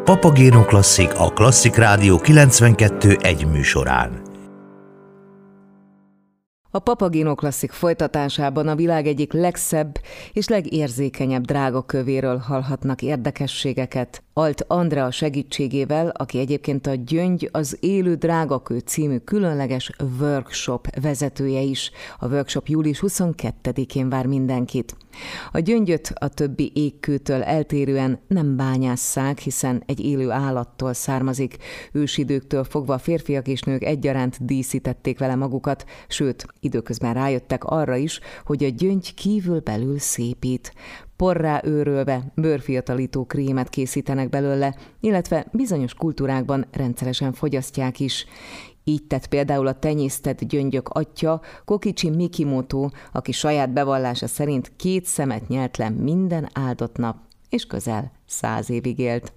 Papagéno Klasszik a Klasszik Rádió 92.1 műsorán. A Papagéno Klasszik folytatásában a világ egyik legszebb és legérzékenyebb drágakövéről hallhatnak érdekességeket. Alt Andrea segítségével, aki egyébként a Gyöngy az Élő Drágakő című különleges workshop vezetője is. A workshop július 22-én vár mindenkit. A gyöngyöt a többi égkőtől eltérően nem bányásszák, hiszen egy élő állattól származik. Ősidőktől fogva a férfiak és nők egyaránt díszítették vele magukat, sőt, időközben rájöttek arra is, hogy a gyöngy kívül-belül szépít. Porrá őrölve bőrfiatalító krémet készítenek belőle, illetve bizonyos kultúrákban rendszeresen fogyasztják is. Így tett például a tenyésztett gyöngyök atya, Kokichi Mikimoto, aki saját bevallása szerint 2 szemet nyelt le minden áldott nap, és közel 100 évig élt.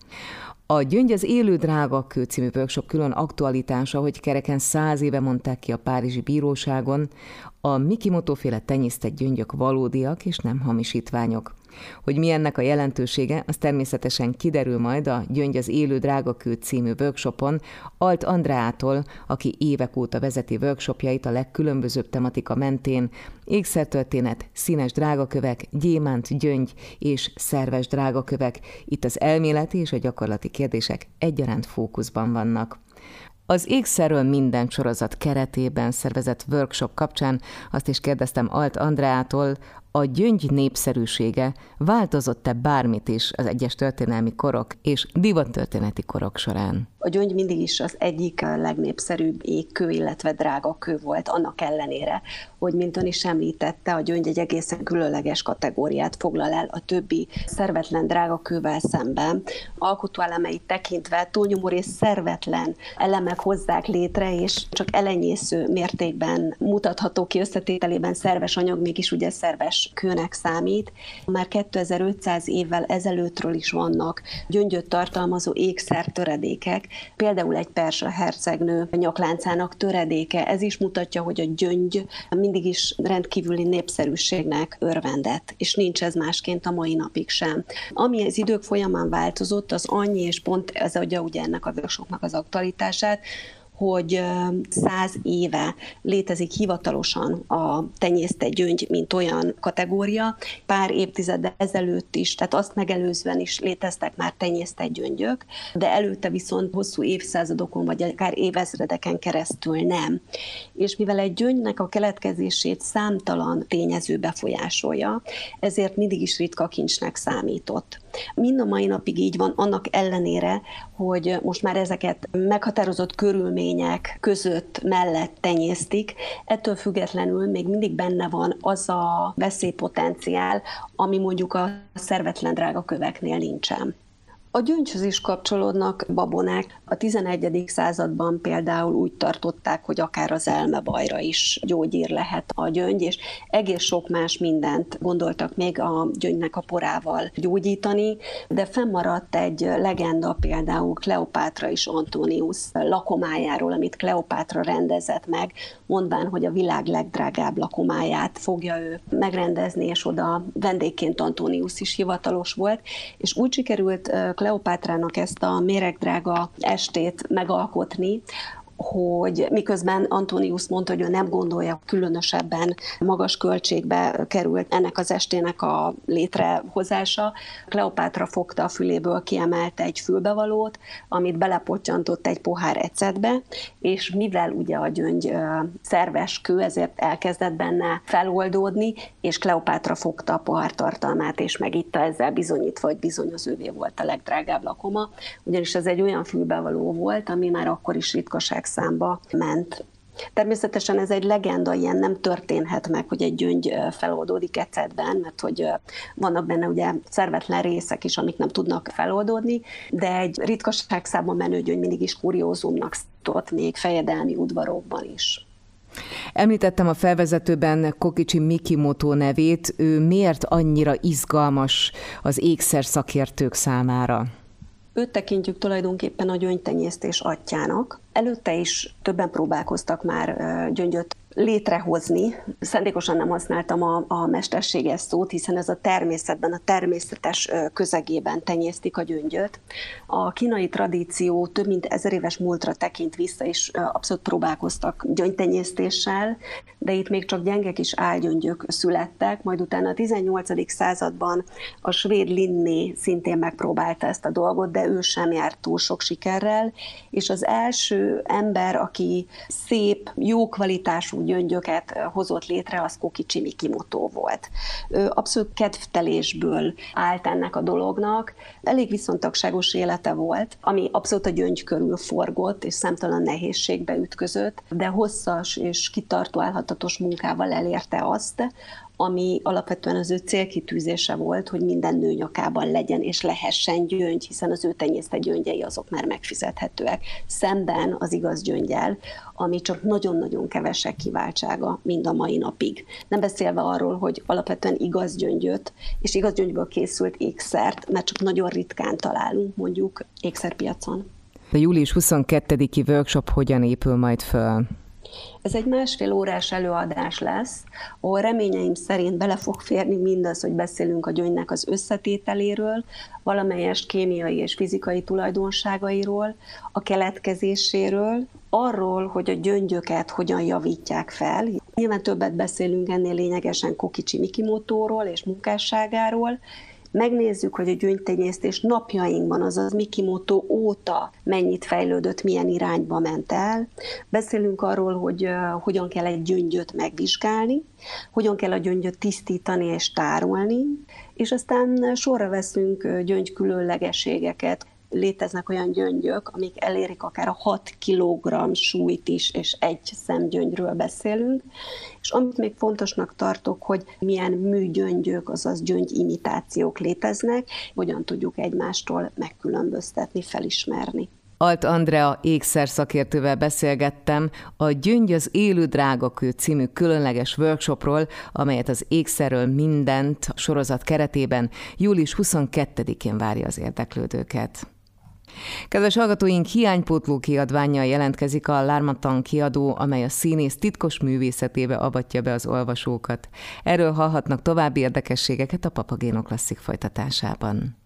A Gyöngy az Élő Drágakő című workshop külön aktualitása, hogy kereken 100 éve mondták ki a párizsi bíróságon, a Mikimoto-féle tenyésztett gyöngyök valódiak és nem hamisítványok. Hogy mi ennek a jelentősége, az természetesen kiderül majd a Gyöngy az Élő Drágakő című workshopon Alt Andreától, aki évek óta vezeti workshopjait a legkülönbözőbb tematika mentén: ékszertörténet, színes drágakövek, gyémánt, gyöngy és szerves drágakövek. Itt az elméleti és a gyakorlati kérdések egyaránt fókuszban vannak. Az Ékszerről minden sorozat keretében szervezett workshop kapcsán azt is kérdeztem Alt Andreától, a gyöngy népszerűsége változott-e bármit is az egyes történelmi korok és divattörténeti korok során? A gyöngy mindig is az egyik legnépszerűbb égkő, illetve drágakő volt, annak ellenére, hogy mint ön is említette, a gyöngy egy egészen különleges kategóriát foglal el a többi szervetlen drágakővel szemben. Alkotóelemeit tekintve túlnyomó rész szervetlen elemek hozzák létre, és csak elenyésző mértékben mutatható ki összetételében szerves anyag, mégis ugye szerves kőnek számít. Már 2500 évvel ezelőttről is vannak gyöngyöt tartalmazó ékszertöredékek, például egy perzsa hercegnő nyakláncának töredéke. Ez is mutatja, hogy a gyöngy mindig is rendkívüli népszerűségnek örvendett, és nincs ez másként a mai napig sem. Ami az idők folyamán változott, az annyi, és pont ez adja ugye ennek a workshopnak az aktualitását, hogy 100 éve létezik hivatalosan a tenyésztett gyöngy, mint olyan kategória. Pár évtizeddel ezelőtt is, tehát azt megelőzően is léteztek már tenyésztett gyöngyök, de előtte viszont hosszú évszázadokon, vagy akár évezredeken keresztül nem. És mivel egy gyöngynek a keletkezését számtalan tényező befolyásolja, ezért mindig is ritka kincsnek számított. Mind a mai napig így van, annak ellenére, hogy most már ezeket meghatározott körülmények között mellett tenyésztik, ettől függetlenül még mindig benne van az a veszélypotenciál, ami mondjuk a szervetlen drágaköveknél nincsen. A gyöngyhöz is kapcsolódnak babonák. A 11. században például úgy tartották, hogy akár az elmebajra is gyógyír lehet a gyöngy, és egész sok más mindent gondoltak még a gyöngynek a porával gyógyítani, de fennmaradt egy legenda például Kleopátra és Antonius lakomájáról, amit Kleopátra rendezett meg, mondván, hogy a világ legdrágább lakomáját fogja ő megrendezni, és oda vendégként Antonius is hivatalos volt, és úgy sikerült Kleopátrának ezt a méregdrága estét megalkotni, hogy miközben Antonius mondta, hogy ő nem gondolja, különösebben magas költségbe került ennek az estének a létrehozása. Kleopátra fogta a füléből, kiemelte egy fülbevalót, amit belepottyantott egy pohár ecetbe, és mivel ugye a gyöngy szerves kő, ezért elkezdett benne feloldódni, és Kleopátra fogta a pohár tartalmát, és megitta, ezzel bizonyítva, hogy bizony az ővé volt a legdrágább lakoma, ugyanis ez egy olyan fülbevaló volt, ami már akkor is ritkaság számba ment. Természetesen ez egy legenda, ilyen nem történhet meg, hogy egy gyöngy feloldódik ecetben, mert hogy vannak benne ugye szervetlen részek is, amik nem tudnak feloldódni, de egy ritkaság számba menő gyöngy mindig is kuriózumnak számított, még fejedelmi udvarokban is. Említettem a felvezetőben Kokichi Mikimoto nevét, ő miért annyira izgalmas az ékszer szakértők számára? Őt tekintjük tulajdonképpen a gyöngytenyésztés atyjának. Előtte is többen próbálkoztak már gyöngyöt létrehozni. Szándékosan nem használtam a mesterséges szót, hiszen ez a természetben, a természetes közegében tenyésztik a gyöngyöt. A kínai tradíció több mint 1000 éves múltra tekint vissza, és abszolút próbálkoztak gyöngytenyésztéssel, de itt még csak gyenge kis álgyöngyök születtek, majd utána a 18. században a svéd Linné szintén megpróbálta ezt a dolgot, de ő sem járt túl sok sikerrel, és az első ember, aki szép, jó kvalitású gyöngyöket hozott létre, az Kokichi Mikimoto volt. Abszolút kedvtelésből állt ennek a dolognak. Elég viszontagságos élete volt, ami abszolút a gyöngy körül forgott, és számtalan nehézségbe ütközött, de hosszas és kitartó állhatatos munkával elérte azt, ami alapvetően az ő célkitűzése volt, hogy minden nő nyakában legyen és lehessen gyöngy, hiszen az ő tenyésztett gyöngyei azok már megfizethetőek. Szemben az igaz gyöngyel, ami csak nagyon-nagyon kevesek kiváltsága mind a mai napig. Nem beszélve arról, hogy alapvetően igaz gyöngyöt és igaz gyöngyből készült ékszert, mert csak nagyon ritkán találunk mondjuk ékszerpiacon. A július 22-i workshop hogyan épül majd föl? Ez egy 1,5 órás előadás lesz, ahol reményeim szerint bele fog férni mindaz, hogy beszélünk a gyöngynek az összetételéről, valamelyes kémiai és fizikai tulajdonságairól, a keletkezéséről, arról, hogy a gyöngyöket hogyan javítják fel. Nyilván többet beszélünk ennél lényegesen Kokichi Mikimotóról és munkásságáról. Megnézzük, hogy a gyöngytenyésztés napjainkban, azaz Mikimoto óta mennyit fejlődött, milyen irányba ment el. Beszélünk arról, hogy hogyan kell egy gyöngyöt megvizsgálni, hogyan kell a gyöngyöt tisztítani és tárolni, és aztán sorra veszünk gyöngykülönlegességeket. Léteznek olyan gyöngyök, amik elérik akár a 6 kg súlyt is, és egy szemgyöngyről beszélünk. És amit még fontosnak tartok, hogy milyen műgyöngyök, azaz gyöngyimitációk léteznek, hogyan tudjuk egymástól megkülönböztetni, felismerni. Alt Andrea ékszerszakértővel beszélgettem a Gyöngy az élő drágakő című különleges workshopról, amelyet az Ékszerről mindent a sorozat keretében július 22-én várja az érdeklődőket. Kedves hallgatóink, hiánypótló kiadvánnyal jelentkezik a L'Harmattan kiadó, amely a színész titkos művészetébe avatja be az olvasókat. Erről hallhatnak további érdekességeket a Papagéno Klasszik folytatásában.